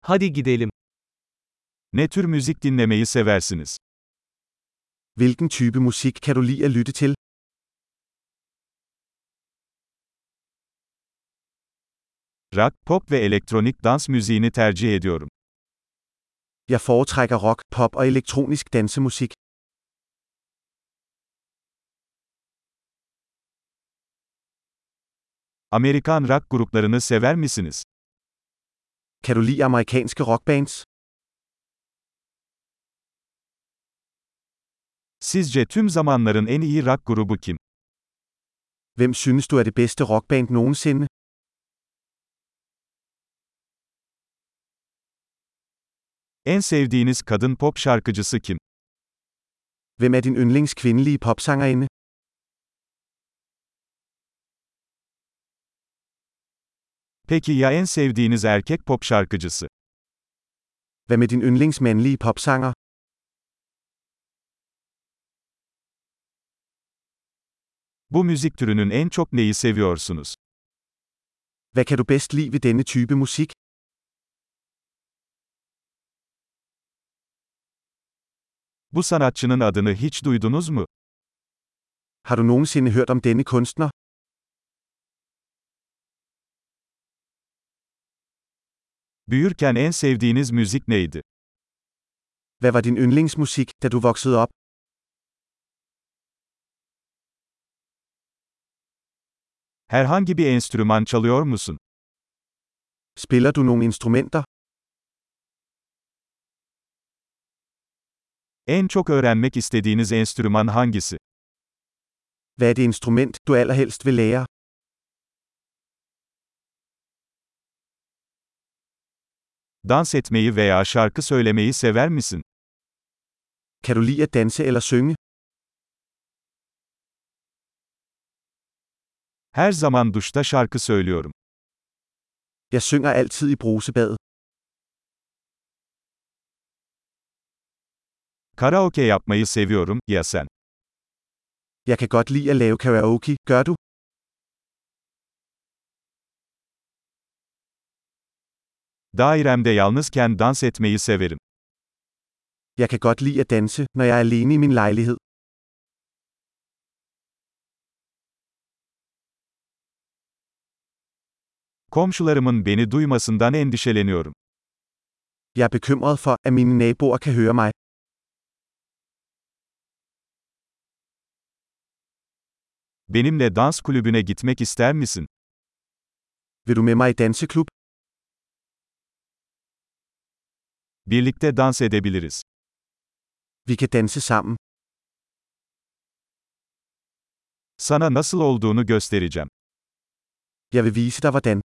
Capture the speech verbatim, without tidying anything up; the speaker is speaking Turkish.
Hadi gidelim. Ne tür müzik dinlemeyi seversiniz? Hvilken type musik kan du lide at lytte til? Rock, pop ve elektronik dans müziğini tercih ediyorum. Jeg foretrækker rock, pop og elektronisk dansemusik. Amerikan rock gruplarını sever misiniz? Kan du lide amerikanske rockbands? Sizce tüm zamanların en iyi rock grubu kim? Hvem synes du er det bedste rockband nogensinde? En sevdiğiniz kadın pop şarkıcısı kim? Hvem er din yndlings kvindelige popsangerinde? Peki ya en sevdiğiniz erkek pop şarkıcısı? Hvad med din yndlings mandlige popsanger? Bu müzik türünün en çok neyi seviyorsunuz? Hvad kan du bedst lide ved denne type musik? Bu sanatçının adını hiç duydunuz mu? Har du nogensinde hørt om denne kunstner? Büyürken en sevdiğiniz müzik neydi? Hvad var din yndlingsmusik, da du voksede op? Herhangi bir enstrüman çalıyor musun? Spiller du nogle instrumenter? En çok öğrenmek istediğiniz enstrüman hangisi? Hvad er det instrument, du allerhelst vil lære? Dans etmeyi veya şarkı söylemeyi sever misin? Kan du lide at danse eller synge? Her zaman duşta şarkı söylüyorum. Jeg synger altid i brusebadet. Karaoke yapmayı seviyorum, ya sen? Jeg kan godt lide at lave karaoke, gør du? Dairemde yalnızken dans etmeyi severim. Jeg kan godt lide at danse, når jeg er alene i min lejlighed. Komşularımın beni duymasından endişeleniyorum. Jeg er bekymret for, at mine naboer kan høre mig. Benimle dans kulübüne gitmek ister misin? Vil du med mig i danseklub? Birlikte dans edebiliriz. Vi kan danse sammen. Sana nasıl olduğunu göstereceğim. Jeg vil vise dig hvordan.